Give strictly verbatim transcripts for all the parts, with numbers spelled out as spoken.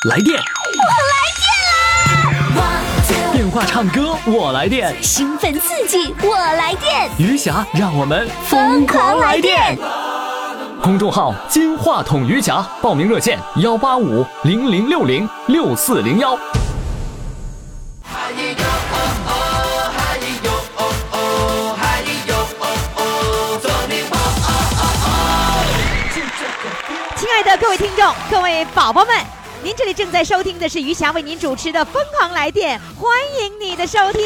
来电， 我来电啦！ 电话唱歌我来电， 兴奋刺激我来电， 余霞让我们疯狂来电。公众号金话筒余霞，报名热线幺八五零零六零六四零幺。 亲爱的各位听众，各位宝宝们，您这里正在收听的是余霞为您主持的《疯狂来电》，欢迎你的收听。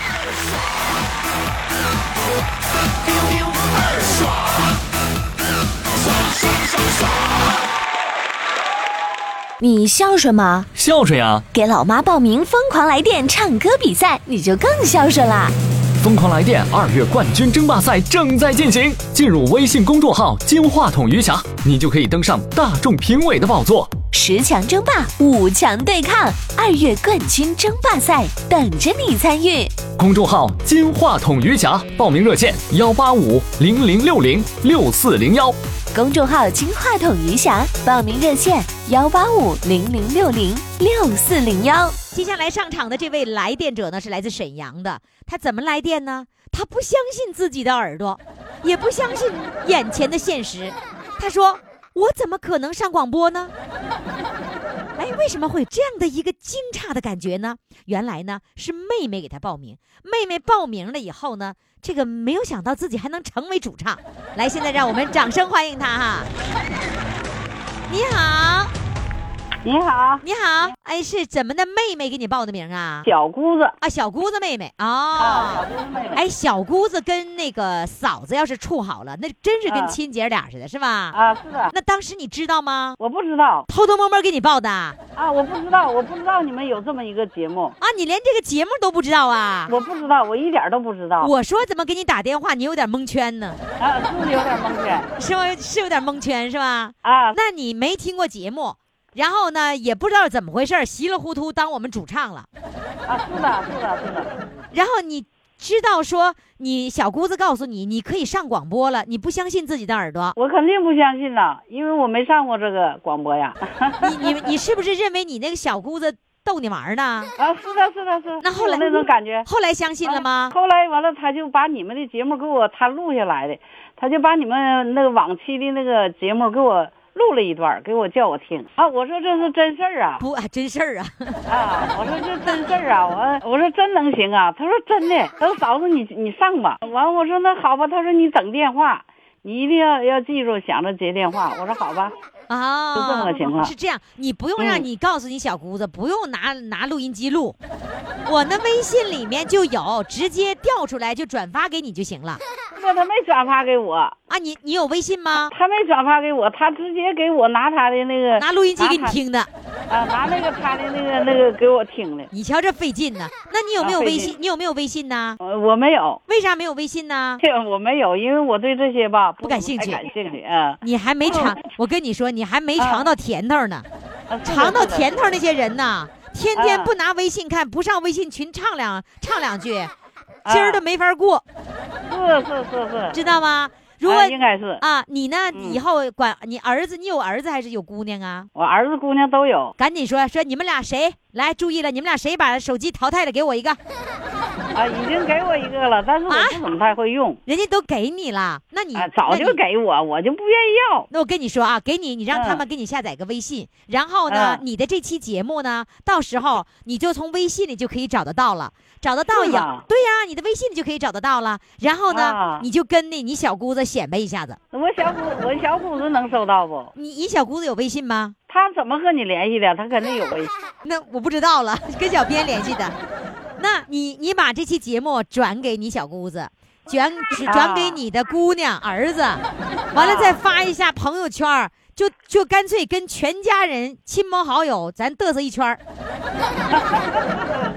你孝顺吗？ 孝顺呀！ 给老妈报名《疯狂来电》唱歌比赛，你就更孝顺啦！ 疯狂来电二月冠军争霸赛正在进行，进入微信公众号金话筒余霞，你就可以登上大众评委的宝座。 十强争霸，五强对抗，二月冠军争霸赛等着你参与。 公众号金话筒余霞，报名热线幺八五零零六零六四零幺。 公众号金话筒余霞，报名热线幺八五零零六零六四零幺。 接下来上场的这位来电者呢，是来自沈阳的。他怎么来电呢？他不相信自己的耳朵，也不相信眼前的现实。他说：“我怎么可能上广播呢？”哎，为什么会这样的一个惊诧的感觉呢？原来呢是妹妹给他报名，妹妹报名了以后呢，这个没有想到自己还能成为主唱。来，现在让我们掌声欢迎他哈！你好。 你好， 你好，哎，是怎么的妹妹给你报的名啊？ 小姑子啊，小姑子妹妹哦、 啊，小姑子妹妹。 哎，小姑子跟那个嫂子要是处好了，那真是跟亲姐俩似的，啊、是吧？ 啊，是的。 那当时你知道吗？ 我不知道， 偷偷摸摸给你报的。 啊，我不知道，我不知道你们有这么一个节目啊，你连这个节目都不知道啊？ 我不知道，我一点都不知道。 我说怎么给你打电话，你有点蒙圈呢？ 啊，是有点蒙圈， 是吗？是有点蒙圈是吧？ 啊， 那你没听过节目？然后呢，也不知道怎么回事，稀里糊涂当我们主唱了。 啊，是的，是的，是的。 然后你知道说，你小姑子告诉你，你可以上广播了，你不相信自己的耳朵？ 我肯定不相信了，因为我没上过这个广播呀。 你你你是不是认为你那个小姑子逗你玩呢？ 啊，是的，是的，是的。 那后来那种感觉， 后来相信了吗？ 啊、后来完了，他就把你们的节目给我，他录下来的，他就把你们那个往期的那个节目给我录了一段，给我叫我听啊！我说这是真事儿啊， 不啊，真事儿啊！ 啊，我说这真事儿啊！我我说真能行啊！他说真的，他说嫂子你你上吧。完我说那好吧，他说你等电话，你一定要要记住想着接电话。我说好吧。 啊， 就这么个情况。 是这样，你不用让你告诉你小姑子，嗯、不用拿拿录音机录，我那微信里面就有，直接调出来就转发给你就行了。 那他没转发给我啊，你你有微信吗？ 他没转发给我，他直接给我拿他的那个拿录音机给你听的， 啊，拿那个他的那个那个给我听的。 你瞧这费劲呢，那你有没有微信？啊、你有没有微信呢？ 呃，我没有。 为啥没有微信呢？ 我没有，因为我对这些吧不感兴趣。 感兴趣啊！ 你还没尝，我跟你说，你还没尝到甜头呢。啊、尝到甜头那些人呢，天天不拿微信看，不上微信群唱两唱两句。今儿都没法过， 是是是是， 知道吗？如果、 啊、应该是啊，你呢？以后管你儿子，你有儿子还是有姑娘啊？ 我儿子姑娘都有。 赶紧说说你们俩谁来？注意了，你们俩谁把手机淘汰了？给我一个。 啊，已经给我一个了，但是我不怎么太会用。 啊、人家都给你了，那你、 啊、早就给我，我就不愿意要。 那我跟你说啊，给你，你让他们给你下载个微信，嗯、然后呢，嗯、你的这期节目呢，到时候你就从微信里就可以找得到了。找得到呀，对呀，你的微信里就可以找得到了。然后呢，啊、你就跟那你小姑子显摆一下子。 我小姑，我小姑子能收到不？ 你你小姑子有微信吗？ 她怎么和你联系的？她肯定有微信。 那我不知道了，跟小编联系的。那你你把这期节目转给你小姑子，转转给你的姑娘、啊、儿子，完了再发一下朋友圈，就就干脆跟全家人、亲朋好友咱嘚瑟一圈。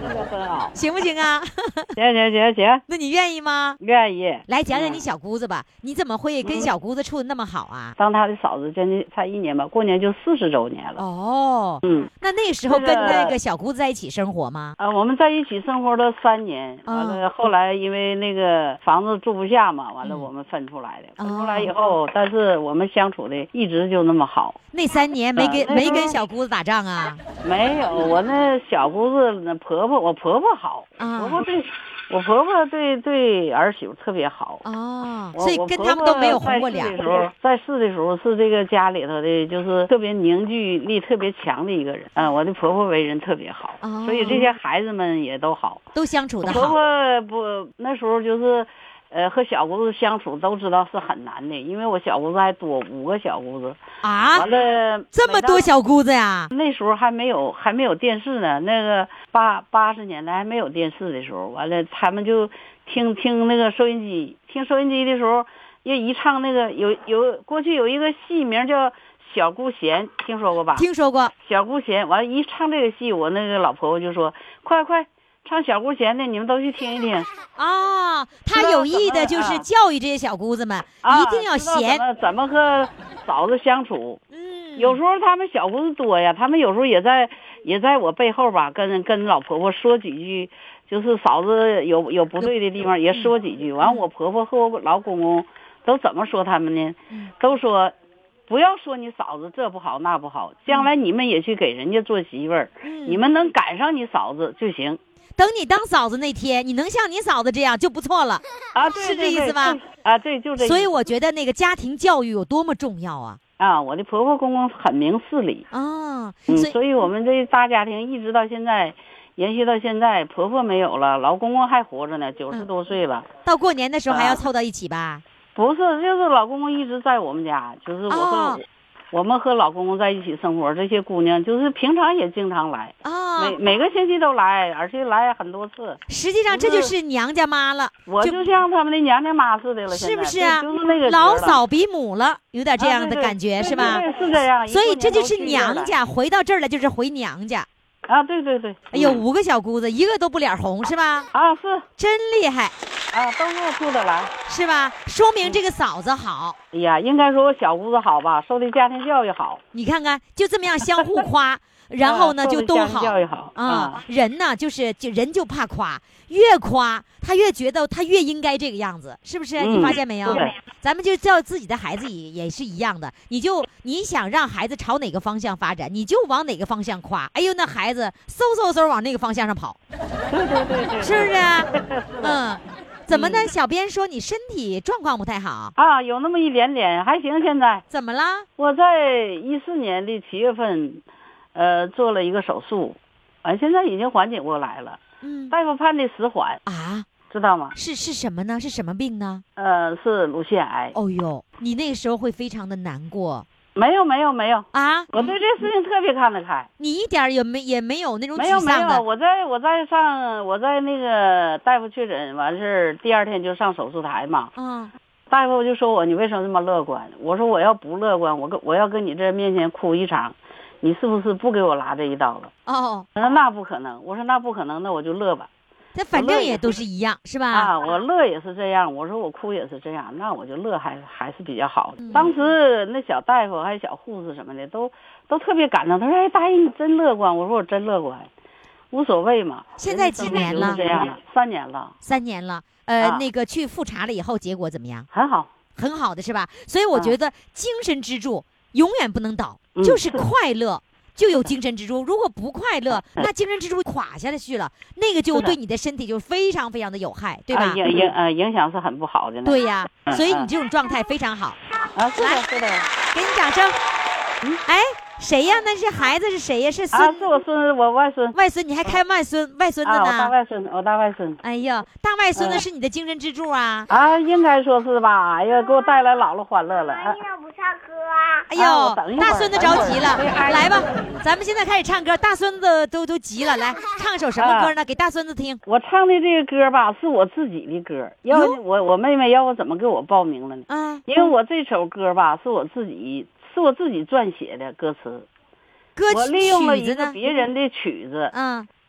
很好， 行不行啊？ 行行行行， 那你愿意吗？ 愿意。 来讲讲你小姑子吧，你怎么会跟小姑子处的那么好啊？ 当他的嫂子真的才一年吧，过年就四十周年了。 哦， 嗯， 那那个时候跟这个那个小姑子在一起生活吗？ 啊，我们在一起生活了三年， 哦完了后来因为那个房子住不下嘛，完了嗯我们分出来的。 哦分出来以后，但是我们相处的一直就那么好。 那三年没跟啊那时候没跟小姑子打仗啊？ 没有，我那小姑子那婆婆，我婆婆好， 啊婆婆对，我婆婆对对儿媳妇特别好。 哦， 我所以跟他们都没有红过脸。 我婆婆在世的时候，在世的时候是这个家里头的，就是特别凝聚力特别强的一个人。啊、我的婆婆为人特别好， 哦所以这些孩子们也都好。 都相处的婆好。 婆不那时候就是，呃，和小姑子相处都知道是很难的，因为我小姑子还多五个小姑子。 啊， 完了这么多小姑子呀？ 那时候还没有还没有电视呢，那个八八十年代还没有电视的时候，完了他们就听听那个收音机，听收音机的时候，也一唱那个有有过去有一个戏名叫《小姑贤》，听说过吧？ 听说过。 小姑贤，完了，一唱这个戏，我那个老婆婆就说：“快快唱小姑贤的，你们都去听一听。” 哦，他有意的就是教育这些小姑子们， 啊， 一定要贤。 知道怎么怎么和嫂子相处。 嗯， 有时候他们小姑子多呀，他们有时候也在也在我背后吧，跟跟老婆婆说几句，就是嫂子有有不对的地方也说几句。完，我婆婆和我老公公都怎么说他们呢？都说不要说你嫂子这不好那不好，将来你们也去给人家做媳妇儿，你们能赶上你嫂子就行。 等你当嫂子那天，你能像你嫂子这样就不错了啊，对是这意思吧？ 啊，对，就这意思。 所以我觉得那个家庭教育有多么重要啊！ 啊，我的婆婆公公很明事理啊， 嗯， 所以所以我们这大家庭一直到现在，延续到现在，婆婆没有了，老公公还活着呢，九十多岁了。 到过年的时候还要啊凑到一起吧？ 不是，就是老公公一直在我们家，就是我和、 哦我们和老公公在一起生活，这些姑娘就是平常也经常来， 啊， 每每个星期都来，而且来很多次。 实际上这就是娘家妈了， 我就像他们的娘家妈似的了， 是不是啊？ 啊？ 就是那个老嫂比母了，有点这样的感觉， 啊、对对是吧？ 对对，是这样。 所以这就是一过年都去这儿娘家，回到这儿来就是回娘家。 啊，对对对。 哎呦， 嗯五个小姑子，一个都不脸红，是吧？ 啊，是真厉害啊，都给我处得来。 是吧？说明这个嫂子好。 哎呀，应该说我小姑子好吧，受的家庭教育好。 你看看，就这么样相互夸，然后呢、 啊就都好。 教育好啊、 啊人呢就是就人就怕夸，越夸他越觉得他越应该这个样子，是不是？ 嗯你发现没有？ 对咱们就叫自己的孩子也也是一样的，你就你想让孩子朝哪个方向发展，你就往哪个方向夸。哎呦，那孩子嗖嗖嗖往那个方向上跑， 对对对对， 是不是啊？ 是的嗯，怎么呢？小编说你身体状况不太好， 啊，有那么一点点，还行。现在怎么啦？ 我在一四年的七月份，呃，做了一个手术，完、现在已经缓解过来了。 嗯大夫判的死缓， 啊， 知道吗？ 是是什么呢？是什么病呢？ 呃，是乳腺癌。 哦呦，你那个时候会非常的难过没有没有没有， 啊！ 我对这事情特别看得开。 你一点儿也没也没有那种没有没有， 沮丧的我在我在上我在那个大夫确诊完事儿，第二天就上手术台嘛。 嗯大夫就说我你为什么这么乐观？我说我要不乐观，我跟我要跟你这面前哭一场，你是不是不给我拉这一刀了？ 哦， 他说那不可能，我说那不可能，那我就乐吧。 这反正也都是一样，是吧？ 啊，我乐也是这样，我说我哭也是这样，那我就乐还还是比较好的。 嗯当时那小大夫还有小护士什么的都都特别感动，他说哎大姨你真乐观，我说我真乐观，无所谓嘛。 现在几年了人生就是这样的，三年了， 三年了，呃， 啊那个去复查了以后，结果怎么样？ 很好。 很好的是吧？所以我觉得精神支柱永远不能倒， 嗯就是快乐。就有精神支柱，如果不快乐，那精神支柱垮下去了，那个就是的对你的身体就非常非常的有害，对吧？ 啊、影影呃影响是很不好的呢。 对呀， 嗯所以你这种状态非常好， 啊，是的，是的。 给你掌声。哎，谁呀？那是孩子是谁呀？是孙、 啊，是我孙子，我外孙。 外孙，你还开外孙外孙子啊，我大呢？ 外孙，我大外孙。 哎呀，大外孙子嗯是你的精神支柱啊！ 啊，应该说是吧？哎呀，给我带来老了欢乐了。啊你怎么不唱歌啊？ 哎啊我呦， 等一会儿大孙子着急了， 等一会儿来吧，咱们现在开始唱歌。大孙子都都急了，来唱首什么歌呢？给大孙子听。 我唱的这个歌吧，是我自己的歌。要哟我我妹妹要我怎么给我报名了呢？ 啊， 因为我这首歌吧，是我自己是我自己撰写的歌词， 歌曲我利用了一曲子呢？ 个别人的曲子， 嗯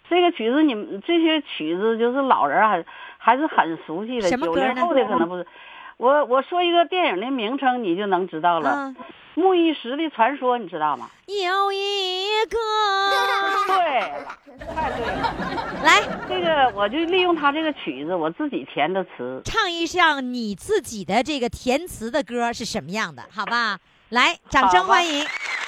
这个曲子你们这些曲子就是老人还还是很熟悉的， 什么歌呢？ 九零后的可能不是。我我说一个电影的名称，你就能知道了。 嗯， 木易石的传说，你知道吗？ 有一个， 对，太对了。 来， 这个我就利用他这个曲子，我自己填的词， 唱一唱你自己的这个填词的歌是什么样的，好吧？来，掌声欢迎。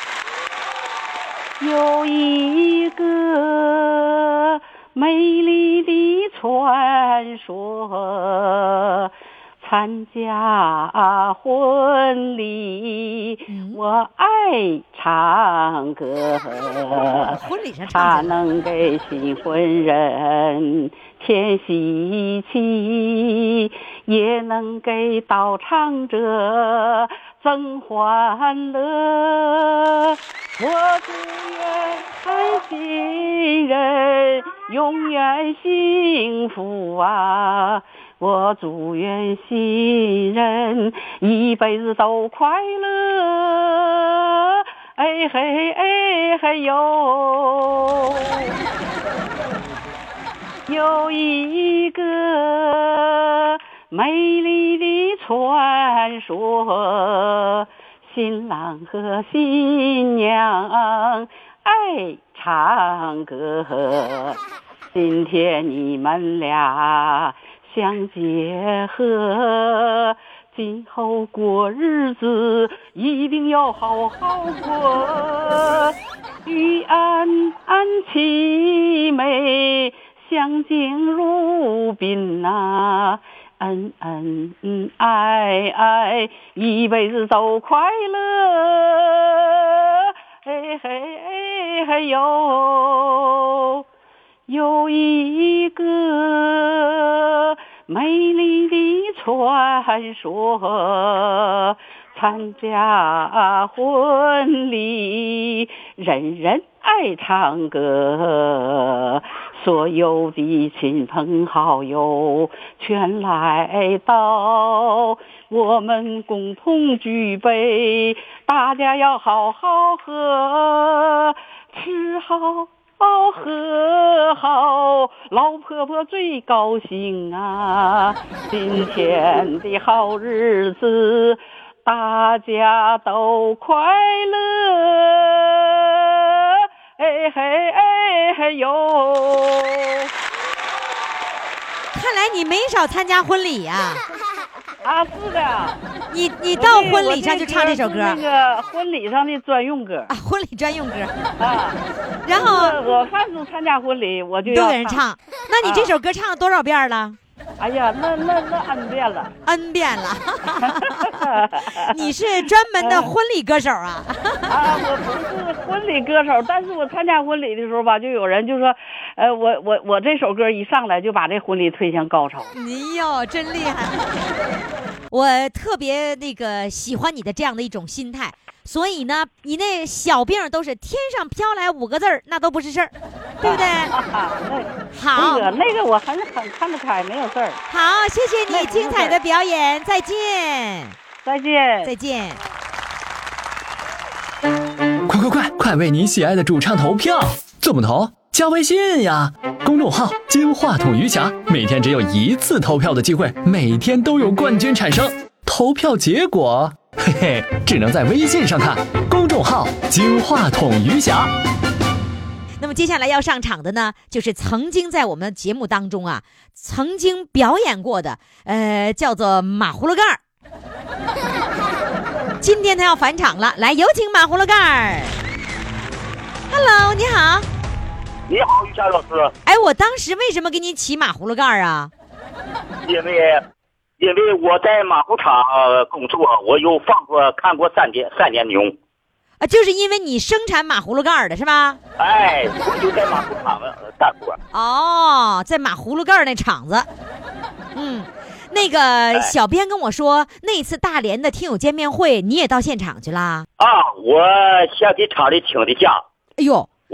有一个美丽的传说，参加婚礼， 嗯、 我爱唱歌， 婚礼上它唱能给新婚人添喜气，也能给到场者增欢乐。我祝愿谈新人永远幸福啊！我祝愿新人一辈子都快乐。哎嘿哎嘿哟，有一个美丽的传说，新郎和新娘爱唱歌，今天你们俩相结合，今后过日子一定要好好过，玉安安齐美，相敬如宾呐、啊，恩恩爱爱，一辈子都快乐。嘿嘿嘿嘿哟，有一个美丽的传说，参加婚礼，人人爱唱歌，所有的亲朋好友全来到，我们共同举杯，大家要好好喝，吃好喝好，老婆婆最高兴啊！今天的好日子，大家都快乐。哎嘿哎嘿哟！ 看来你没少参加婚礼呀、 啊，是的。 你你到婚礼上就唱这首歌， 那个婚礼上的专用歌啊，婚礼专用歌啊。 然后我凡是参加婚礼，我就要都有人唱。那你这首歌唱了多少遍了？ 哎呀，那那那 N 遍了 ，N 遍了。你是专门的婚礼歌手啊？ 啊，我不是婚礼歌手，但是我参加婚礼的时候吧，就有人就说，呃，我我我这首歌一上来就把这婚礼推向高潮。 哎呦，真厉害！我特别那个喜欢你的这样的一种心态。所以呢，你那小病都是天上飘来五个字儿，那都不是事儿，对不对？ 啊、那好， 那个那个我很很看得开，没有事儿。 好，谢谢你精彩的表演，再见， 再见， 再见。 快快快，快为你喜爱的主唱投票！怎么投？加微信呀，公众号“金话筒余霞”，每天只有一次投票的机会，每天都有冠军产生。投票结果，嘿嘿，只能在微信上看。公众号“金话筒余霞”。 那么接下来要上场的呢，就是曾经在我们节目当中啊，曾经表演过的，呃，叫做马葫芦盖儿。今天他要返场了，来有请马葫芦盖儿。Hello， 你好。 你好，于霞老师。 哎，我当时为什么给你起马葫芦盖儿啊？ 因为。因为我在马虎厂工作，我有放过看过三年三年牛， 啊，就是因为你生产马葫芦盖的是吧？ 哎，我就在马虎厂干过。 哦，在马葫芦盖那厂子，嗯，那个小编跟我说，那次大连的听友见面会，你也到现场去啦？ 啊，我先给厂里请的假。 哎呦， 我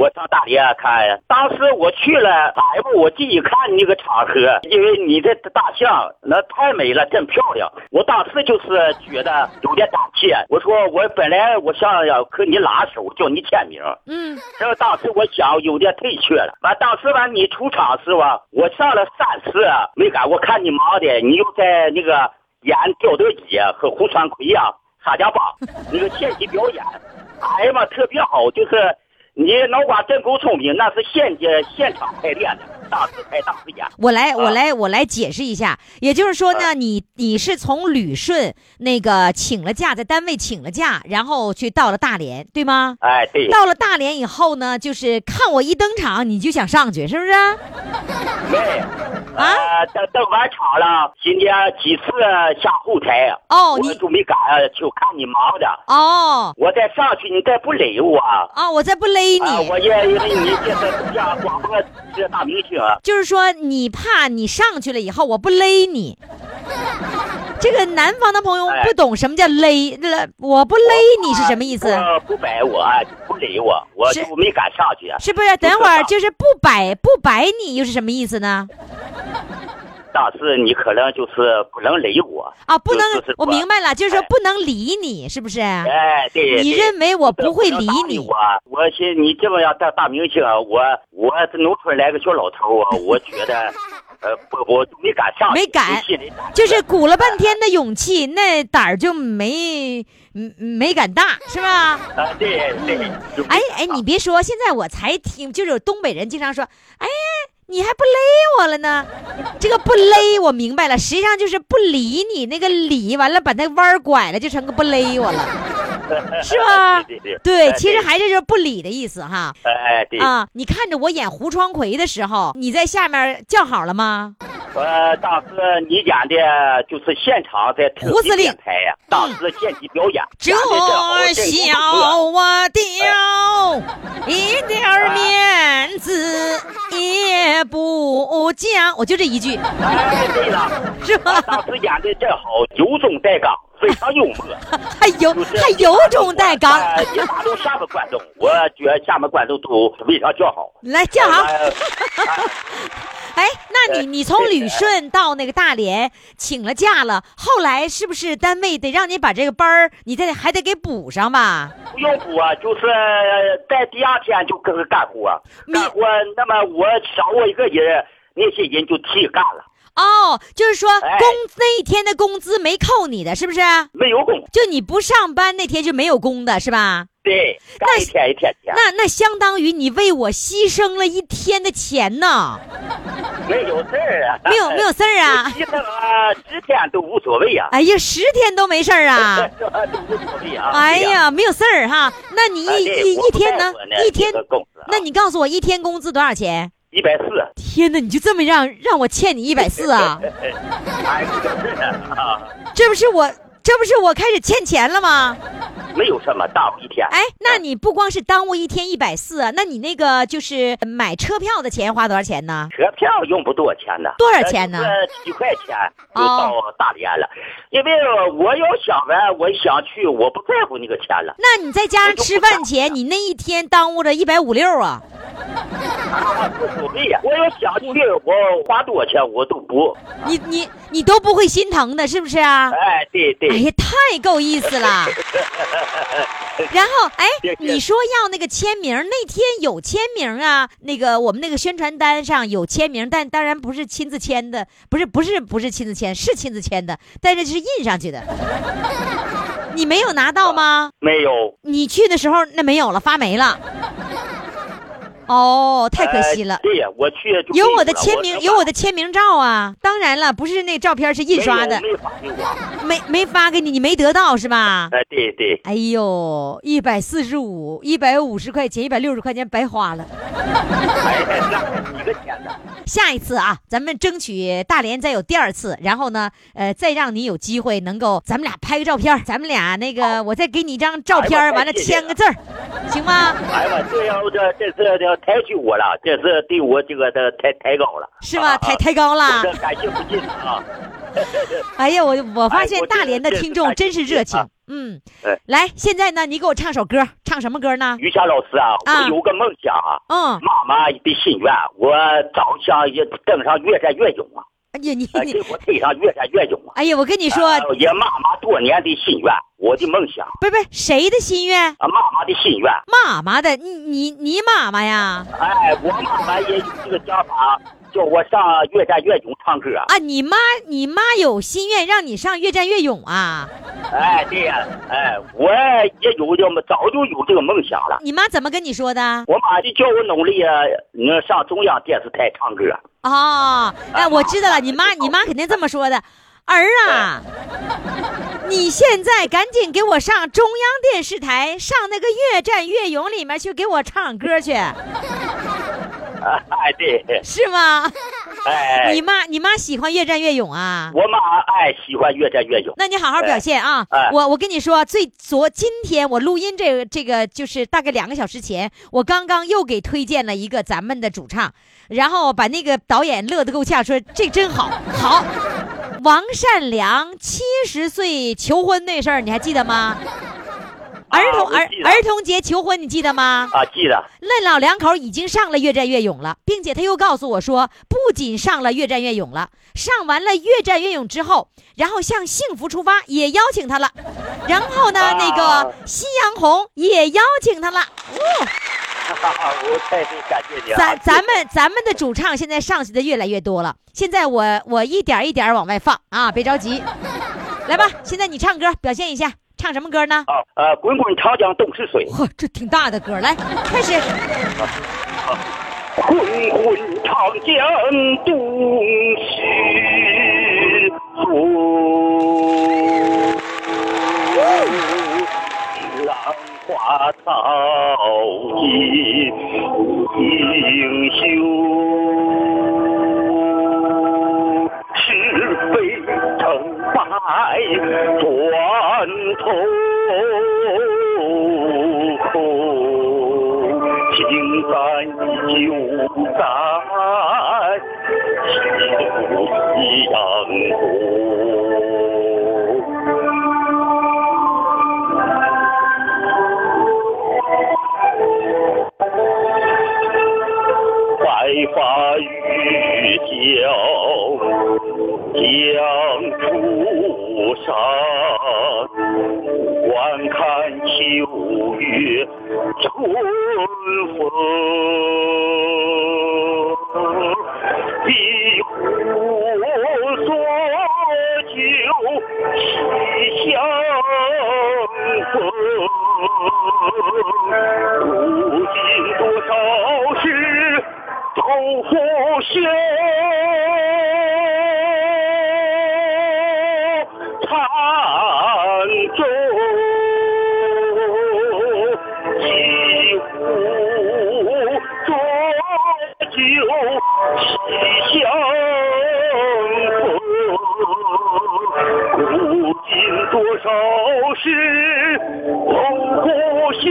我上大连看，当时我去了，哎不，我进去看那个场合，因为你的大象那太美了，真漂亮。我当时就是觉得有点胆怯，我说我本来我想要和你拉手，叫你签名， 嗯， 这个当时我想有点退却了。完，当时完你出场时吧，我上了三次没敢，我看你忙的，你又在那个演刁德一和胡传魁呀、沙家浜那个现场表演，哎呀妈，特别好，就是。你脑瓜真够聪明，那是现现现场排练的，当时拍当时演。 我来，我来，我来解释一下。也就是说呢，你你是从旅顺那个请了假，在单位请了假，然后去到了大连，对吗？ 哎，对。 到了大连以后呢，就是看我一登场，你就想上去，是不是？ 对。啊，登登完场了，今天几次下后台。 哦， 我都没敢去看你忙的。 哦。 我再上去，你再不勒我。 啊，我再不勒你。 啊、我也因为你这是像广播这大明星。 就是说，你怕你上去了以后，我不勒你。这个南方的朋友不懂什么叫勒，勒我不勒你是什么意思？ 我不摆我，不勒我，我就没敢上去。 是不是？等会儿就是不摆不摆你，又是什么意思呢？ 当时你可能就是不能勒我啊，不能， 就是、 我明白了，就是说不能理你，是不是？ 哎，对。 你认为我不会理你？ 我，我寻你这么样大大明星，我我这农村来个小老头啊，我觉得。呃，不，我没敢上， 没敢，就是鼓了半天的勇气，那胆儿就没没敢大，是吧？ 啊，对对。 哎哎，你别说，现在我才听，就是有东北人经常说，哎，你还不勒我了呢？这个不勒我明白了，实际上就是不理你，那个理完了把那弯拐了，就成个不勒我了。是吧？ 对对对， 对，其实还是就是不理的意思哈。 哎，对啊，你看着我演胡窗魁的时候，你在下面叫好了吗？ 呃，当时你演的就是现场在胡司令台呀，当时现场表演。 这小我雕，一点面子也不讲，我就这一句。 哎，对了， 是吧？ 当时演的真好，由衷带刚。非常幽默， 还有还由衷带刚， 也打动下面观众，我觉得下面观众都非常叫好。 来叫好。哎，那你你从旅顺到那个大连请了假了，后来是不是单位得让你把这个班儿，你得还得给补上吧？ 不用补啊，就是在第二天就跟着干活，干活。那么我少我一个人，那些人就替干了。 哦，就是说工、哎、那一天的工资没扣你的，是不是？ 没有工， 就你不上班那天就没有工的，是吧？ 对，干一天一天钱。 那那相当于你为我牺牲了一天的钱呢。 没有事儿啊， 没有没有事儿啊， 牺牲啊，十天都无所谓啊。 哎呀，十天都没事儿啊， 都无所谓啊。 哎呀，没有事儿哈。那你一、啊、一一天呢？一天，那你告诉我一天工资多少钱？ 一百四。 天哪，你就这么让让我欠你一百四啊？ 哎，不是啊， 这不是我，这不是我开始欠钱了吗？ 没有什么，耽误一天。 哎，那你不光是耽误一天一百四啊，那你那个就是买车票的钱花多少钱呢？ 车票用不多钱呢。 多少钱呢？ 几块钱就到大连了。哦、因为我要想玩，我想去，我不在乎那个钱了。 那你再加上吃饭钱，你那一天耽误了一百五六啊。 啊，无所谓呀！我要想去，我花多少钱我都不。 你你你都不会心疼的，是不是啊？ 哎，对对。 哎呀，太够意思了。然后，哎，你说要那个签名，那天有签名啊？那个我们那个宣传单上有签名，但当然不是亲自签的，不是不是不是亲自签，是亲自签的，但是是印上去的。你没有拿到吗？ 没有。 你去的时候那没有了，发霉了。哦，太可惜了。 呃、对呀，我去有我的签名，有我的签名照啊。当然了，不是那照片是印刷的， 没发给我， 没没发给你，你没得到是吧？ 哎、呃，对对。 哎呦，一百四十五，一百五十块钱，一百六十块钱白花了。 哎，那几个钱呢？ 下一次啊，咱们争取大连再有第二次，然后呢，呃，再让你有机会能够，咱们俩拍个照片，咱们俩那个，我再给你一张照片， 哎、 完了签个字儿，行吗？ 哎呀，这样这这是要抬举我了，这是对我这个的抬抬高了， 是吧？抬抬高了， 感谢不尽啊！ 哎呀，我我发现大连的听众真是热情。 嗯， 哎来，现在呢，你给我唱首歌，唱什么歌呢？ 于霞老师啊， 啊我有个梦想啊， 嗯， 妈妈的心愿，我早想也登上越战越勇啊， 哎呀，你呃， 你给，我推上越战越勇啊。 哎呀，我跟你说， 呃也妈妈多年的心愿，我的梦想不是不是，谁的心愿？ 啊，妈妈的心愿。 妈妈的，你你你妈妈呀？ 哎，我妈妈也有这个想法，叫我上越战越勇唱歌。 啊，你妈你妈有心愿让你上越战越勇啊？ 哎，对呀，哎，我也有这么早就有这个梦想了。 你妈怎么跟你说的？ 我妈就叫我努力啊，你上中央电视台唱歌。 哦，哎，我知道了，你妈你妈肯定这么说的，儿啊，你现在赶紧给我上中央电视台，上那个越战越勇里面去给我唱歌去， 哎，对， 是吗？ 哎， 你妈你妈喜欢越战越勇啊？ 我妈爱喜欢越战越勇。 那你好好表现啊！ 哎哎我我跟你说，最昨今天我录音这个这个就是大概两个小时前，我刚刚又给推荐了一个咱们的主唱，然后把那个导演乐得够呛，说这真好好。王善良七十岁求婚那事儿你还记得吗？儿童儿我记得儿童节求婚你记得吗？ 啊，记得。 那老两口已经上了越战越勇了，并且他又告诉我说，不仅上了越战越勇了，上完了越战越勇之后，然后向幸福出发也邀请他了，然后呢， 啊那个夕阳红也邀请他了。哦， 我太太感谢你啊！ 咱咱们咱们的主唱现在上去的越来越多了，现在我我一点一点往外放啊，别着急，来吧，现在你唱歌表现一下。唱什么歌呢？ 啊，呃，滚滚长江东逝水。 嚯，这挺大的歌，来开始。 滚滚长江东逝水，浪花淘尽英雄，是非成败转头空，情在就在夕阳红。白发渔樵江初上，观看秋月春风。一壶浊酒喜相逢，如今多少事都不休。长舟几壶浊酒喜相逢，如今多少事都不休。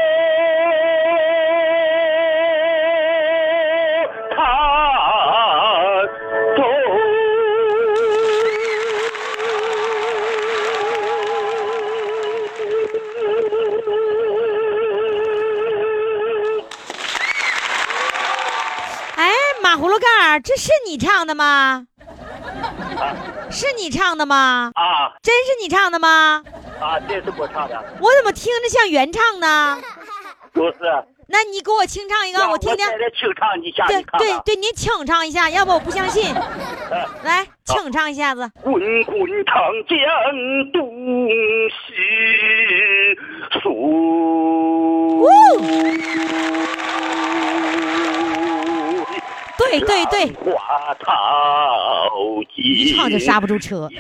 马葫芦盖儿，这是你唱的吗？ 啊是你唱的吗？ 啊真是你唱的吗？ 啊！这是我唱的， 我怎么听着像原唱呢？ 不是。 那你给我清唱一个，我听听。 我现在清唱一下， 对你看看。 对对，你清唱一下，要不我不相信。来，清唱一下子。 滚滚长江东逝水。 对对对， 花淘尽， 一唱就刹不住车。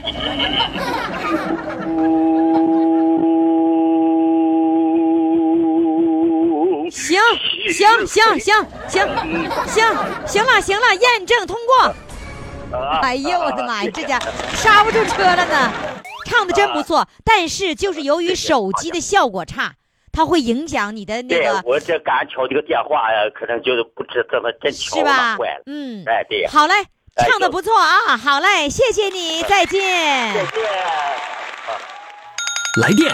行行行行行行行了行了，验证通过。哎呦我的妈呀，这家刹不住车了呢！唱的真不错，但是就是由于手机的效果差。它会影响你的那个， 我这刚敲这个电话呀，可能就是不知怎么真敲是吧？ 坏了。 嗯， 哎对。 好嘞，唱的不错啊，好嘞，谢谢你，再见。 再见。 来电，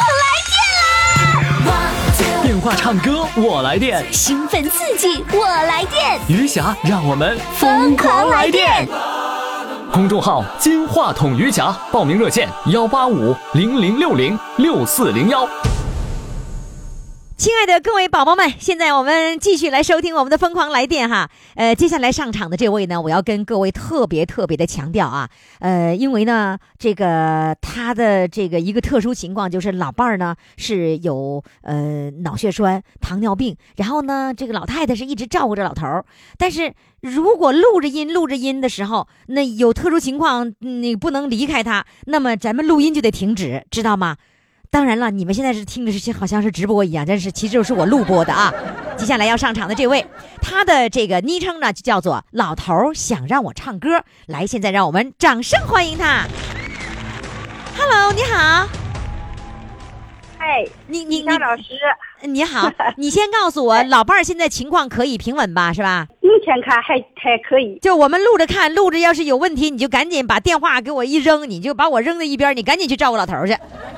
电话唱歌我来电， 兴奋刺激我来电， 余霞让我们疯狂来电。公众号金话筒余霞，报名热线幺八五零零六零六四零幺。 亲爱的各位宝宝们，现在我们继续来收听我们的疯狂来电哈。呃，接下来上场的这位呢，我要跟各位特别特别的强调啊，呃，因为呢，这个他的这个一个特殊情况就是老伴儿呢是有呃脑血栓、糖尿病，然后呢，这个老太太是一直照顾着老头儿，但是如果录着音录着音的时候，那有特殊情况，你不能离开他，那么咱们录音就得停止，知道吗？当然了，你们现在是听的是好像是直播一样，但是其实就是我录播的啊。接下来要上场的这位，他的这个昵称呢就叫做老头想让我唱歌。来，现在让我们掌声欢迎他。Hello， 你好。 哎， 你你你老师， 你好，你先告诉我，老伴儿现在情况可以平稳吧？是吧？ 目前看还还可以。 就我们录着看，录着要是有问题，你就赶紧把电话给我一扔，你就把我扔在一边，你赶紧去照顾老头去。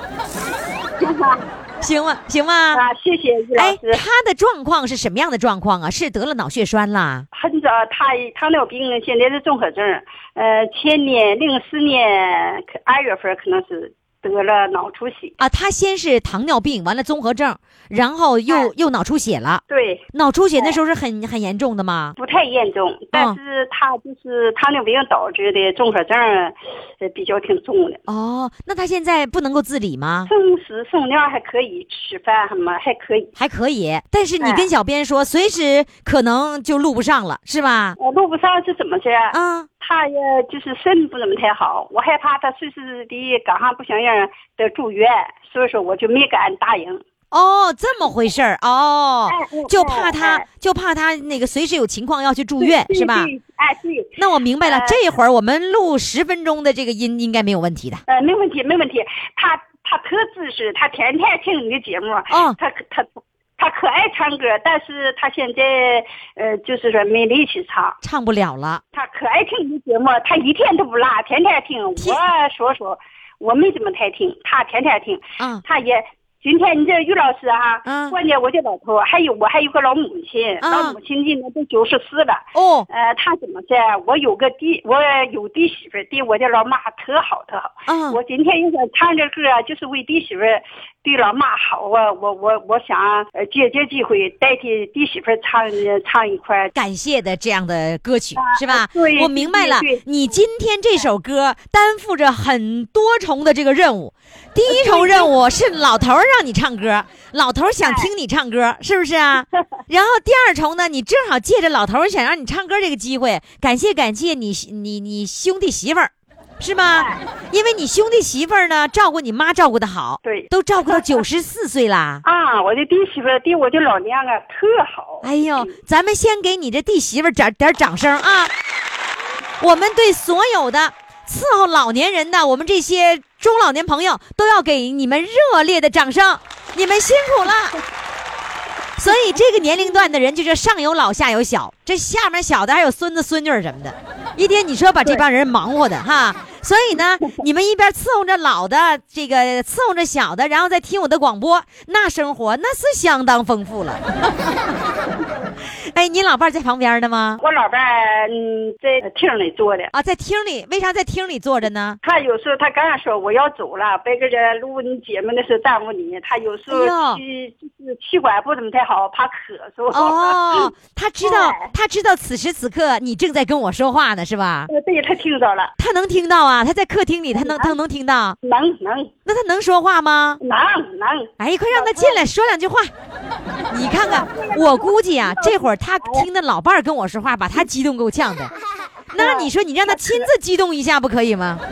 行吗？行吗？ 啊，谢谢于老师。 哎，他的状况是什么样的状况啊？是得了脑血栓啦？ 很早，他糖尿病，现在是综合症。呃，前年零四年二月份可能是得了脑出血啊。他先是糖尿病，完了综合症，然后又、哎、又脑出血了。 对， 脑出血那时候是很、哎、很严重的吗？ 不太严重，但是他就是糖尿病导致的综合症，呃，比较挺重的。 哦，那他现在不能够自理吗？ 送食送尿还可以，吃饭什么还可以， 还可以。但是你跟小编说，哎、随时可能就录不上了，是吧？ 呃，录不上是怎么着？ 啊。 他也就是肾不怎么太好，我害怕他随时的赶上不想让人得住院，所以说我就没敢答应。 哦，这么回事儿哦、 哎， 就怕他、 哎、 就怕他那个随时有情况要去住院，是吧？ 哎，对。 那我明白了，呃、这会儿我们录十分钟的这个音应该没有问题的。 呃，没问题，没问题。他他特自是，他天天听你的节目， 哦， 他他。他可爱唱歌，但是他现在呃，就是说没力气唱， 唱不了了。 他可爱听你的节目，他一天都不落，天天听。我说说，我没怎么太听，他天天听。 嗯， 他也今天你这于老师哈， 嗯， 关键我这老头还有我还有个老母亲， 嗯、 老母亲今年都九十四了。 哦， 呃，他怎么着？我有个弟，我有弟媳妇，对我的老妈特好特好。 嗯， 我今天又想唱这歌啊，就是为弟媳妇。对老妈好啊，我我我想呃借这机会代替弟媳妇唱唱一块感谢的这样的歌曲、啊、是吧？ 对， 我明白了。你今天这首歌担负着很多重的这个任务，第一重任务是老头让你唱歌，老头想听你唱歌，是不是啊？然后第二重呢，你正好借着老头想让你唱歌这个机会，感谢感谢你你你兄弟媳妇儿。是吗？因为你兄弟媳妇儿呢，照顾你妈照顾得好， 对， 都照顾到九十四岁啦。 啊，我的弟媳妇儿对我的老娘啊特好。 哎呦，咱们先给你这弟媳妇儿点点掌声啊！我们对所有的伺候老年人的，我们这些中老年朋友都要给你们热烈的掌声，你们辛苦了。所以这个年龄段的人就是上有老下有小，这下面小的还有孙子孙女什么的，一天你说把这帮人忙活的哈。所以呢，你们一边伺候着老的，这个伺候着小的，然后再听我的广播，那生活那是相当丰富了。哎，你老伴在旁边呢吗？ 我老伴嗯在厅里坐的啊，在厅里。为啥在厅里坐着呢？ 他有时候他刚刚说我要走了，别个这录你节目的时候耽误你。他有时候气就是气管不怎么太好，怕咳嗽。 哦，他知道，他知道此时此刻你正在跟我说话呢，是吧？ 呃，对，他听到了。 他能听到啊？他在客厅里，他能他能听到？ 能能。 那他能说话吗？ 能能。 哎，快让他进来说两句话。你看看，我估计啊，这会儿他听的老伴儿跟我说话，把他激动够呛的。那你说你让他亲自激动一下不可以吗？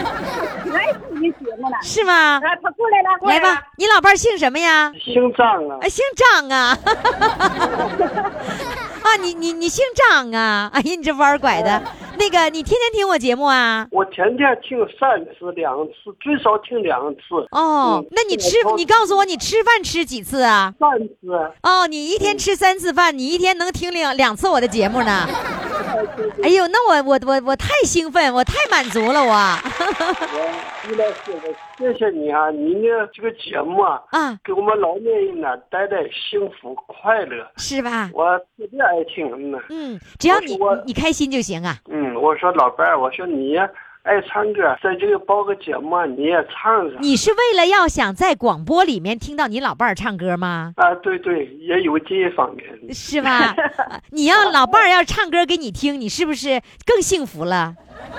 是吗？ 他过来了， 来吧，你老伴儿姓什么呀？ 姓张啊。 啊，姓张啊。啊，你你你姓张啊？哎呀，你这弯拐的。那个，你天天听我节目啊？ 我天天听三次两次，最少听两次。 哦，嗯、那你吃，你告诉我你吃饭吃几次啊？ 三次。 哦，你一天吃三次饭，你一天能听两两次我的节目呢？ 哎呦，那我我我我太兴奋，我太满足了，我。 我于老师，我谢谢你啊！你的这个节目啊， 啊， 给我们老年人呢带来幸福快乐， 是吧？ 我特别爱听呢。 嗯，只要你我你开心就行啊。 嗯，我说老伴儿，我说你爱唱歌，在这个报个节目你也唱上。 你是为了要想在广播里面听到你老伴儿唱歌吗？ 啊，对对，也有这一方面。 是吧？你要老伴儿要唱歌给你听，你是不是更幸福了？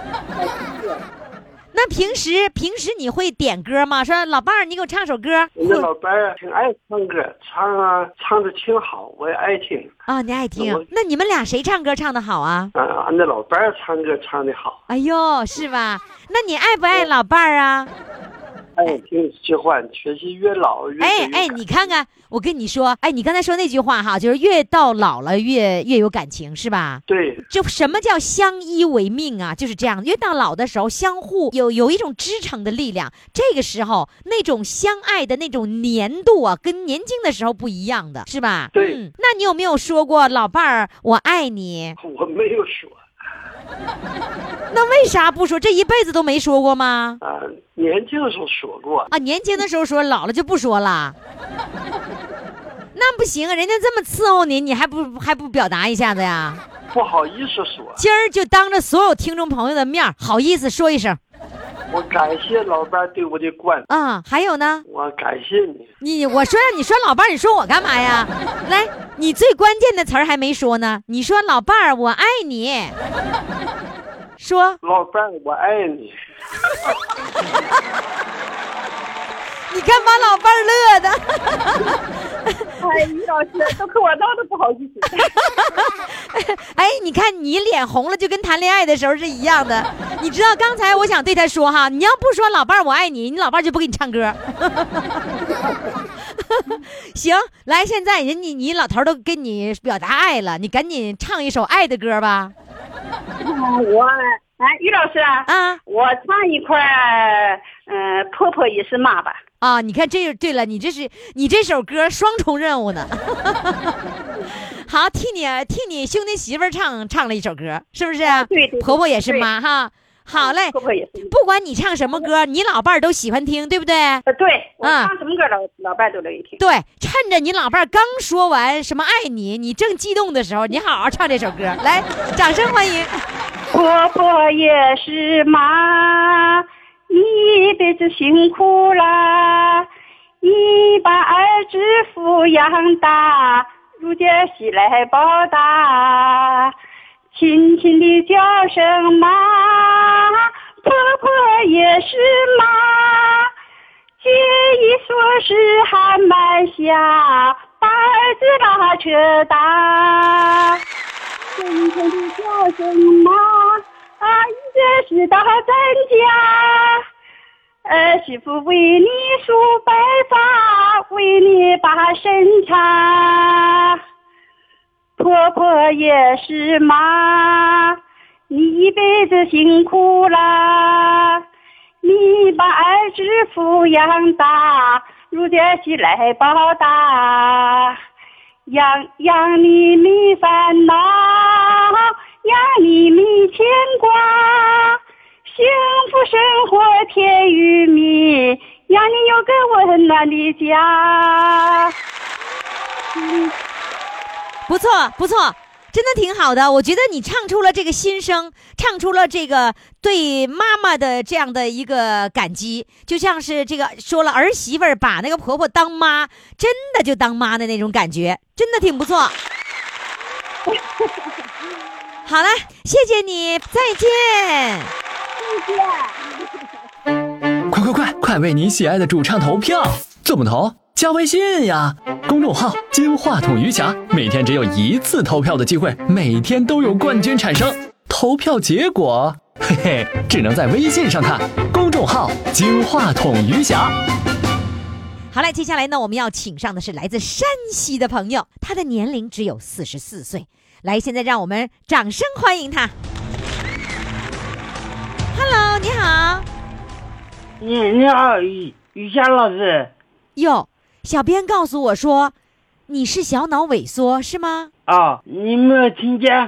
那平时平时你会点歌吗？说老伴儿，你给我唱首歌。 我的老伴儿挺爱唱歌，唱啊唱的挺好，我也爱听。 啊、哦，你爱听？那你们俩谁唱歌唱的好啊？ 啊，俺的老伴儿唱歌唱的好。 哎呦，是吧？那你爱不爱老伴儿啊？ 哎，挺喜欢，确实越老越哎哎，你看看，我跟你说，哎，你刚才说那句话哈，就是越到老了越越有感情，是吧？ 对。 就什么叫相依为命啊？就是这样，越到老的时候，相互有有一种支撑的力量。这个时候，那种相爱的那种粘度啊，跟年轻的时候不一样的，是吧？ 对。 嗯，那你有没有说过老伴儿我爱你？ 我没有说。 那为啥不说？这一辈子都没说过吗？ 啊，年轻的时候说过啊，年轻的时候说，老了就不说了。那不行啊，人家这么伺候你，你还不还不表达一下子呀？ 不好意思说。 今儿就当着所有听众朋友的面，好意思说一声。 我感谢老伴对我的关爱。 啊、嗯，还有呢？ 我感谢你。 你我说让你说老伴，你说我干嘛呀？来，你最关键的词儿还没说呢。你说老伴儿，我爱你。说老伴我爱你。 你看把老伴儿乐的。 哎，于老师都跟我闹得不好意思。 哎，你看你脸红了，就跟谈恋爱的时候是一样的。你知道刚才我想对他说哈，你要不说老伴儿我爱你，你老伴儿就不给你唱歌。行，来，现在人你你老头都跟你表达爱了，你赶紧唱一首爱的歌吧。 我哎，于老师啊， 啊， 我唱一块，嗯、呃，婆婆也是妈吧。 啊，你看这对了，你这是你这首歌双重任务呢。好，替你替你兄弟媳妇儿唱唱了一首歌，是不是？ 对 对, 对。 婆婆也是妈哈。好嘞， 婆婆也是。 不管你唱什么歌，你老伴儿都喜欢听，对不对？ 呃，对，我唱什么歌老、嗯、老伴儿都乐意听。 对，趁着你老伴儿刚说完什么爱你，你正激动的时候，你好好唱这首歌，来，掌声欢迎。 婆婆也是妈，你一辈子辛苦啦，你把儿子抚养大，如今喜来报答，轻轻地叫声妈，婆婆也是妈，节衣缩食还满下，把儿子拉扯大，轻轻地叫声妈，啊，这是大咱家，儿媳妇为你梳白发，为你把身擦，婆婆也是妈，你一辈子辛苦啦，你把儿子抚养大，如今喜来报答，养养你没烦恼，养你没牵挂，幸福生活甜与蜜，让你有个温暖的家。 嗯，不错不错，真的挺好的。我觉得你唱出了这个心声，唱出了这个对妈妈的这样的一个感激，就像是这个说了儿媳妇儿把那个婆婆当妈，真的就当妈的那种感觉，真的挺不错。好了，谢谢你，再见。 再见。 快快快快为你喜爱的主唱投票！怎么投？加微信呀，公众号金话筒余霞，每天只有一次投票的机会，每天都有冠军产生。投票结果，嘿嘿，只能在微信上看。公众号金话筒余霞。 好嘞，接下来呢，我们要请上的是来自山西的朋友，他的年龄只有四十四岁。来，现在让我们掌声欢迎他。Hello， 你好。 你你好，于于霞老师。 哟，小编告诉我说，你是小脑萎缩是吗？ 啊、哦，你没有听见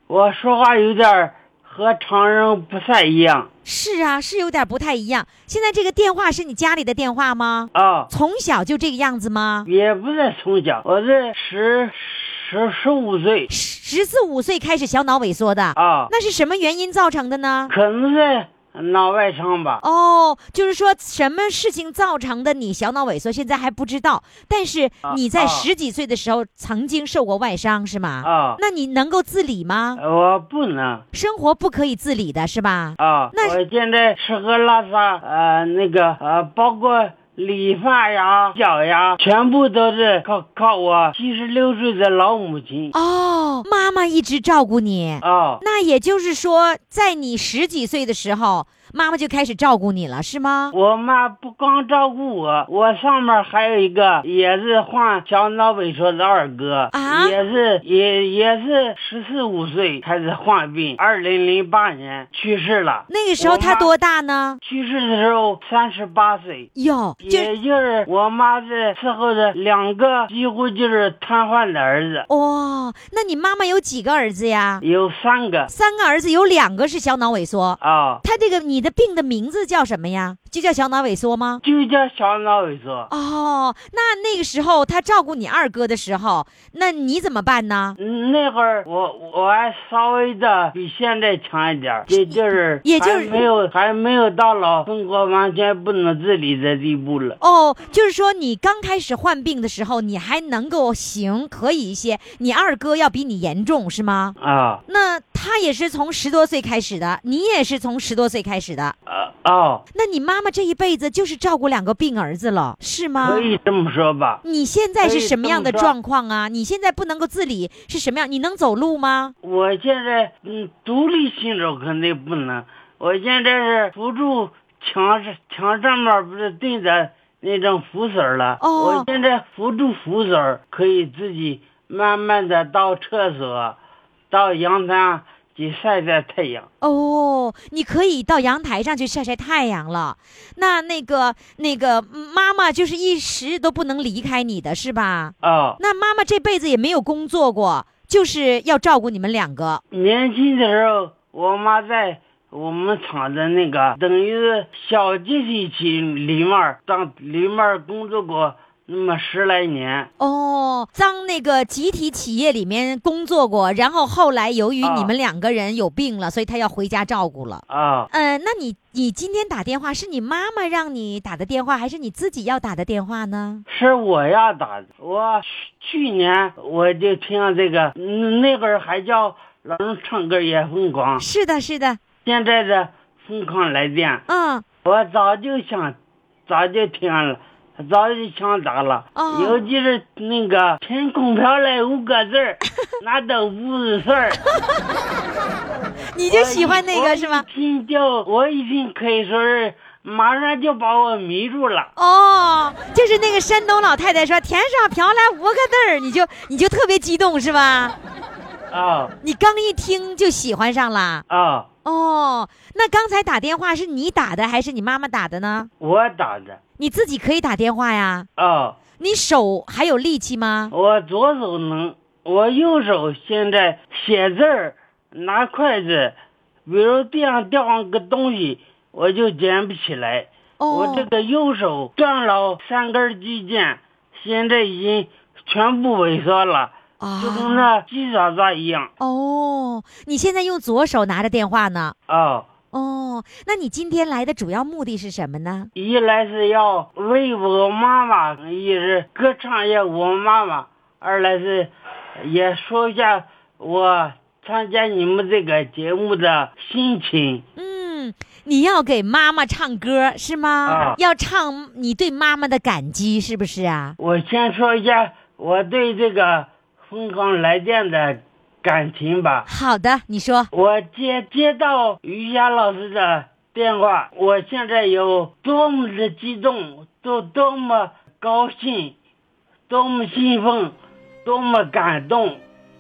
我说话有点和常人不太一样。 是啊，是有点不太一样。现在这个电话是你家里的电话吗？ 啊， 从小就这个样子吗？ 也不是从小，我是十十十五岁， 十四五岁开始小脑萎缩的啊。 那是什么原因造成的呢？ 可能是脑外伤吧。 哦，就是说什么事情造成的你小脑萎缩，现在还不知道，但是你在十几岁的时候曾经受过外伤，是吗？ 啊， 那你能够自理吗？ 我不能， 生活不可以自理的是吧？ 啊， 那我现在吃喝拉撒，呃，那个呃，包括理发呀、脚呀，全部都是靠靠我七十六岁的老母亲。 哦，妈妈一直照顾你。 哦， 那也就是说，在你十几岁的时候，妈妈就开始照顾你了，是吗？ 我妈不光照顾我，我上面还有一个也是患小脑萎缩的二哥， 啊， 也是也也是十四五岁开始患病，二零零八年去世了。 那个时候他多大呢？ 去世的时候三十八岁。 哟， 也就是我妈是伺候着两个几乎就是瘫痪的儿子。 哦，那你妈妈有几个儿子呀？ 有三个。 三个儿子有两个是小脑萎缩啊、哦。 他这个你的病的名字叫什么呀？就叫小脑萎缩吗？ 就叫小脑萎缩。 哦，那那个时候他照顾你二哥的时候，那你怎么办呢？ 嗯、那会儿我我还稍微的比现在强一点，也就是也就是还没有还没有到了生活完全不能自理的地步了。 哦，就是说你刚开始患病的时候，你还能够行，可以一些。你二哥要比你严重是吗？ 啊， 那他也是从十多岁开始的，你也是从十多岁开始的。 啊哦， 那你妈妈这一辈子就是照顾两个病儿子了，是吗？ 可以这么说吧。 你现在是什么样的状况啊？你现在不能够自理是什么样？你能走路吗？ 我现在嗯，独立行走肯定不能。我现在是扶住墙墙上面不是钉着那种扶手了。 哦， 我现在扶住扶手，可以自己慢慢的到厕所，到阳台上去晒晒太阳。 哦，你可以到阳台上去晒晒太阳了。那那个那个妈妈就是一时都不能离开你的是吧？ 哦， 那妈妈这辈子也没有工作过，就是要照顾你们两个。 年轻的时候，我妈在我们厂的那个等于是小集体企里面当里面工作过那么十来年。 哦，当那个集体企业里面工作过，然后后来由于你们两个人有病了，啊、所以他要回家照顾了。 啊， 呃，那你你今天打电话是你妈妈让你打的电话，还是你自己要打的电话呢？ 是我要打的。我去年我就听这个，那会儿还叫老人唱歌也疯狂。 是的，是的。 现在的疯狂来电， 嗯， 我早就想，早就听了。早就想打了， 哦、 尤其是那个天空飘来五个字儿，那都不是事儿。 你就喜欢那个是吗？ 我一听就，我一听可以说是马上就把我迷住了。 哦，就是那个山东老太太说天上飘来五个字儿，你就你就特别激动是吧？ 啊、 哦，你刚一听就喜欢上了。 啊。 哦，那刚才打电话是你打的还是你妈妈打的呢？ 我打的。 你自己可以打电话呀？ 哦。 你手还有力气吗？ 我左手能，我右手现在写字儿，拿筷子，比如地上掉上个东西，我就捡不起来。 哦。 我这个右手断了三根肌腱，现在已经全部萎缩了。啊，就跟那鸡爪爪一样。 哦，你现在用左手拿着电话呢？ 哦。 哦，那你今天来的主要目的是什么呢？ 一来是要为我妈妈，一是歌唱一下我妈妈，二来是也说一下我参加你们这个节目的心情。 嗯，你要给妈妈唱歌是吗？ 啊， 要唱你对妈妈的感激是不是啊？ 我先说一下我对这个疯狂来电的感情吧。 好的，你说。 我接接到于霞老师的电话，我现在有多么的激动，多多么高兴，多么兴奋，多么感动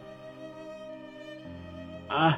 啊！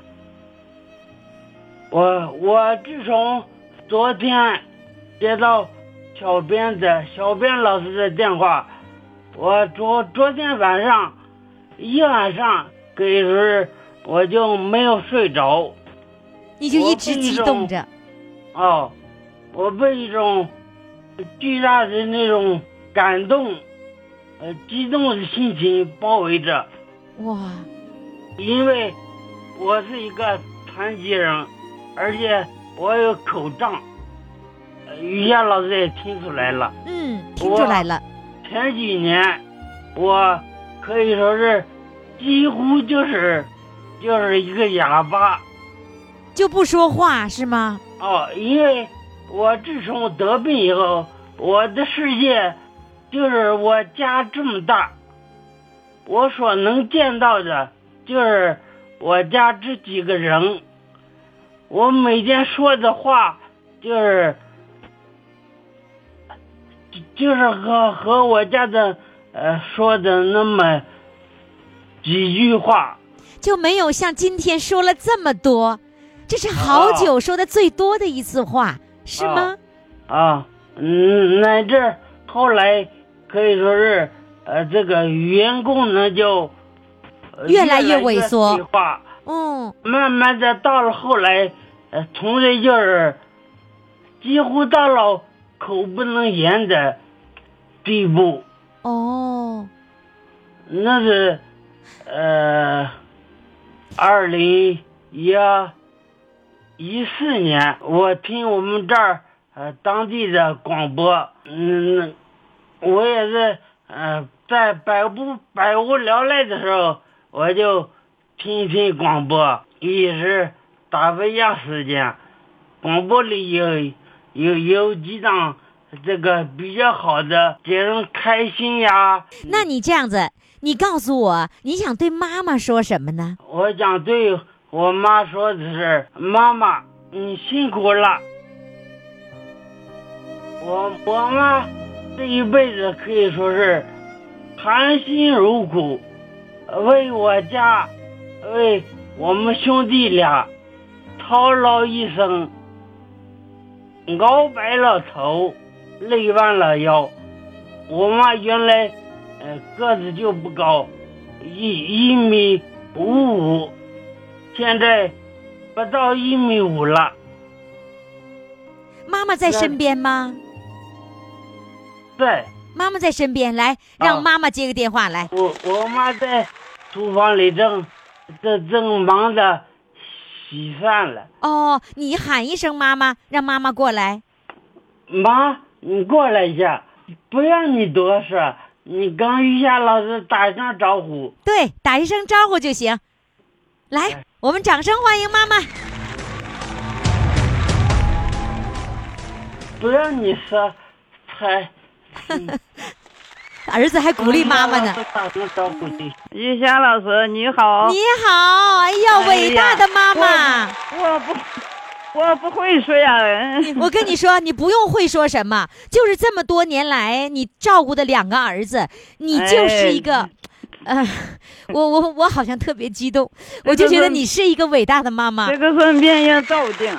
我我自从昨天接到小编的小编老师的电话，我昨昨天晚上一晚上可以说是我就没有睡着， 你就一直激动着。 哦，我被一种巨大的那种感动、呃激动的心情包围着。 哇！ 因为我是一个残疾人，而且我有口障。于霞老师也听出来了。 嗯，听出来了。 前几年，我可以说是几乎就是就是一个哑巴， 就不说话是吗？ 哦，因为我自从得病以后，我的世界就是我家这么大，我所能见到的就是我家这几个人，我每天说的话就是就是和和我家的呃说的那么几句话， 就没有像今天说了这么多，这是好久说的最多的一次话，哦、是吗？ 啊，啊嗯，乃至后来可以说是呃这个语言功能就、呃、 越来越萎缩， 嗯，慢慢的到了后来，呃，从这就是几乎到了口不能言的地步。 哦， 那是呃二零一一四年，我听我们这儿呃当地的广播，嗯，我也是呃在百无百无聊赖的时候，我就听一听广播，也是打发一下时间。广播里有有有几档这个比较好的，给人开心呀。 那你这样子，你告诉我，你想对妈妈说什么呢？ 我想对我妈说的是，妈妈，你辛苦了。我我妈这一辈子可以说是含辛茹苦，为我家，为我们兄弟俩操劳一生，熬白了头，累弯了腰。我妈原来呃个子就不高，一一米五五，现在不到一米五了。 妈妈在身边吗？ 在。 妈妈在身边，来，让妈妈接个电话来。 我我妈在厨房里正正正忙着洗饭了。 哦，你喊一声妈妈，让妈妈过来。 妈，你过来一下，不让你多说，你跟于霞老师打一声招呼。 对，打一声招呼就行。来，我们掌声欢迎妈妈。 不让你说，才。 嗯、儿子还鼓励妈妈呢。 于霞老师你好。 你好，哎呀，伟大的妈妈。 我, 我不我不会说呀。 我跟你说，你不用会说什么，就是这么多年来你照顾的两个儿子，你就是一个、哎、呃我我我好像特别激动，我就觉得你是一个伟大的妈妈。 这个是命运注定。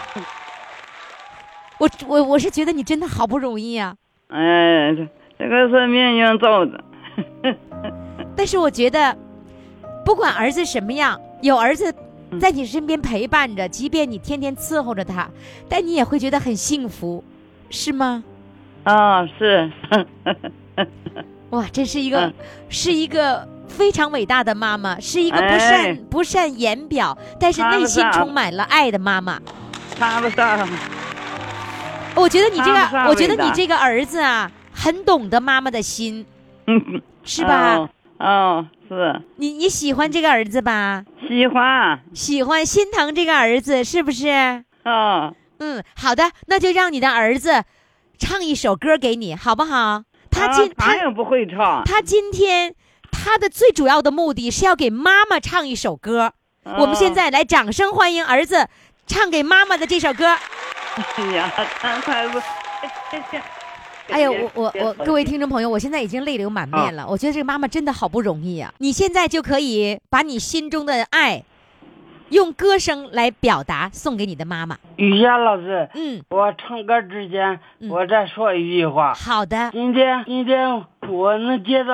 我我我是觉得你真的好不容易啊。 哎，这个是命运造的。 但是我觉得，不管儿子什么样，有儿子在你身边陪伴着，即便你天天伺候着他，但你也会觉得很幸福，是吗？ 啊、哦，是。 哇，这是一个、嗯、是一个非常伟大的妈妈，是一个不善、哎、不善言表，但是内心充满了爱的妈妈。 插不上。 我觉得你这个，我觉得你这个儿子啊，很懂得妈妈的心，嗯，是吧？ 哦，哦是。 你你喜欢这个儿子吧？ 喜欢， 喜欢，心疼这个儿子，是不是？ 哦， 嗯，好的，那就让你的儿子唱一首歌给你，好不好？他今、啊、 他也不会唱。 他今天他的最主要的目的是要给妈妈唱一首歌。哦、我们现在来掌声欢迎儿子唱给妈妈的这首歌。 哎呀，他才不， 哎呀，我我我，各位听众朋友，我现在已经泪流满面了。哦、我觉得这个妈妈真的好不容易呀、啊！你现在就可以把你心中的爱，用歌声来表达，送给你的妈妈。 于霞老师， 嗯， 我唱歌之前，嗯、我再说一句话。 好的。 今天今天我能接到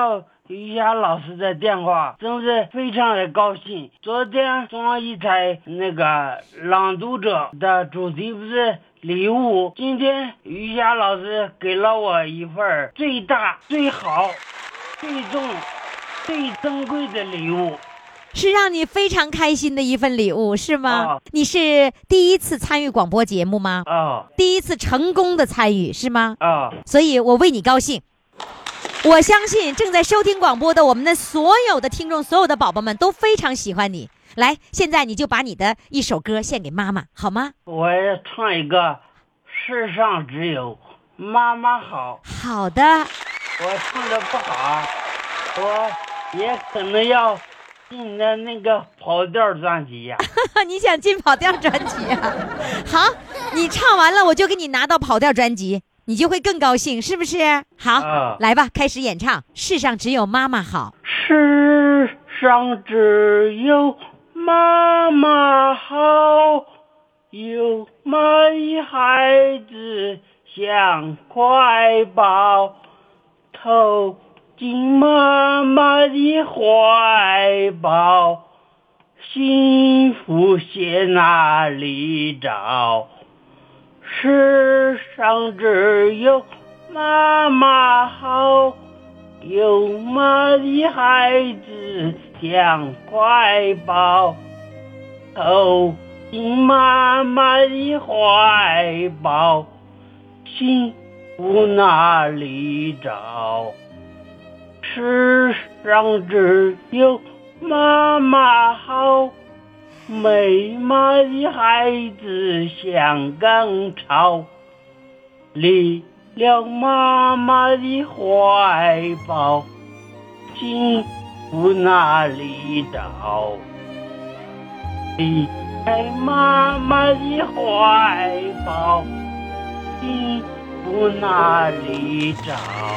于霞老师的电话，真是非常的高兴。昨天中央一台那个朗读者的主题不是礼物，今天于霞老师给了我一份最大、最好、最重、最珍贵的礼物， 是让你非常开心的一份礼物，是吗？ 哦、 你是第一次参与广播节目吗？ 哦， 第一次成功的参与是吗？ 哦， 所以我为你高兴。我相信正在收听广播的我们的所有的听众，所有的宝宝们都非常喜欢你。来，现在你就把你的一首歌献给妈妈，好吗？ 我要唱一个世上只有妈妈好。 好的。 我唱的不好，我也可能要进的那个跑调专辑呀、 啊。你想进跑调专辑啊？好，你唱完了我就给你拿到跑调专辑，你就会更高兴，是不是？好、 啊、 来吧，开始演唱。世上只有妈妈好。 世上只有妈妈好，有妈的孩子像怀抱，投进妈妈的怀抱，幸福在哪里找？世上只有妈妈好，有妈的孩子像怀抱，投进妈妈的怀抱，幸福哪里找？世上只有妈妈好，没妈的孩子像耕草，离了妈妈的怀抱，幸福哪里找？离开妈妈的怀抱，幸福哪里找？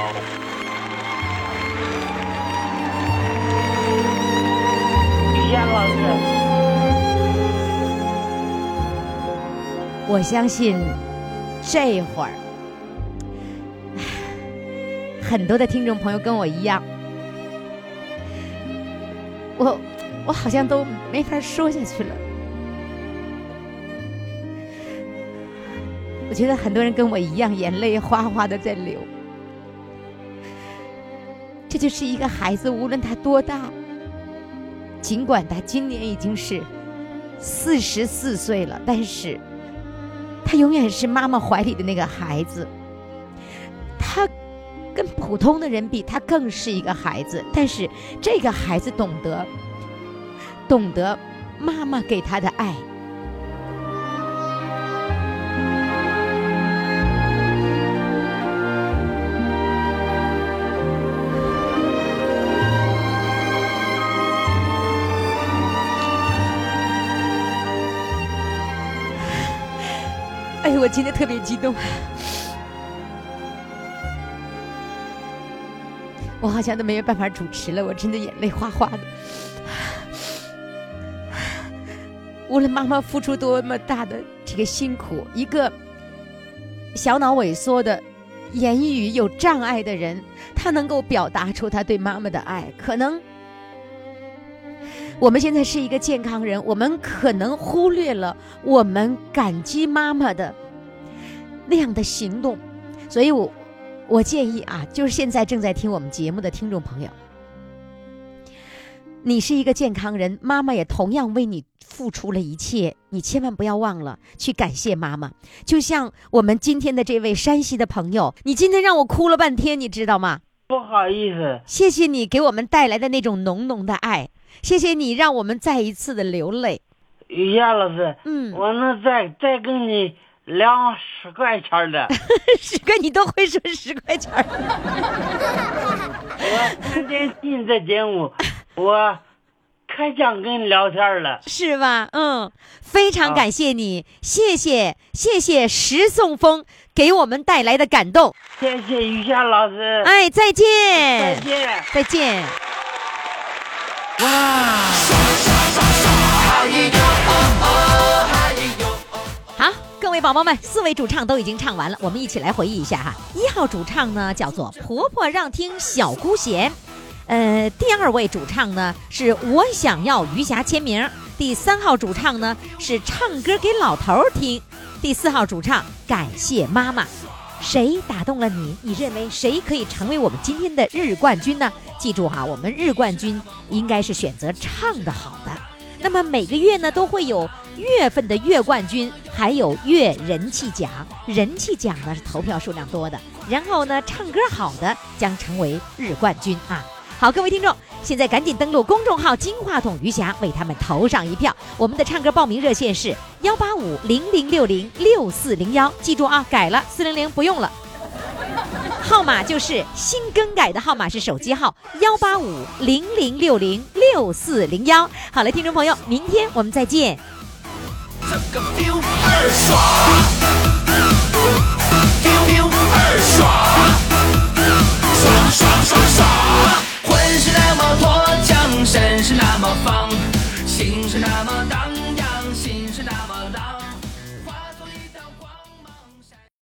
于霞老师， 我相信这会儿很多的听众朋友跟我一样，我我好像都没法说下去了。我觉得很多人跟我一样，眼泪哗哗的在流。这就是一个孩子，无论他多大，尽管他今年已经是四十四岁了，但是他永远是妈妈怀里的那个孩子。他跟普通的人比，他更是一个孩子，但是这个孩子懂得懂得妈妈给他的爱。哎呦，我今天特别激动，我好像都没有办法主持了，我真的眼泪哗哗的。无论妈妈付出多么大的这个辛苦，一个小脑萎缩的、言语有障碍的人，他能够表达出他对妈妈的爱。可能我们现在是一个健康人，我们可能忽略了我们感激妈妈的那样的行动。所以我我建议啊，就是现在正在听我们节目的听众朋友，你是一个健康人，妈妈也同样为你付出了一切，你千万不要忘了去感谢妈妈。就像我们今天的这位山西的朋友，你今天让我哭了半天，你知道吗？ 不好意思， 谢谢你给我们带来的那种浓浓的爱，谢谢你让我们再一次的流泪。 于霞老师， 嗯， 我能再再跟你聊十块钱的。 十块你都会说十块钱。 我今天听这节目，我可想跟你聊天了， 是吧？嗯，非常感谢你，啊、谢谢谢谢石颂峰给我们带来的感动。 谢谢于霞老师。 哎，再见， 再见， 再见。 哇！ 好，各位宝宝们，四位主唱都已经唱完了，我们一起来回忆一下哈。一号主唱呢叫做婆婆让听小姑贤， 呃，第二位主唱呢是我想要余霞签名，第三号主唱呢是唱歌给老头听，第四号主唱感谢妈妈。谁打动了你？你认为谁可以成为我们今天的日冠军呢？记住哈，我们日冠军应该是选择唱得好的。那么每个月呢都会有月份的月冠军，还有月人气奖。人气奖呢是投票数量多的，然后呢唱歌好的将成为日冠军啊。好，各位听众，现在赶紧登录公众号金话筒余霞，为他们投上一票。我们的唱歌报名热线是幺八五零零六零六四零幺，记住啊，改了四零零不用了，号码就是新更改的号码是手机号幺八五零零六零六四零幺。好了，听众朋友，明天我们再见。 这个 feel 二爽 ，feel feel 二爽，爽爽爽爽，浑是那么脱缰，身是那么放，心是那么大。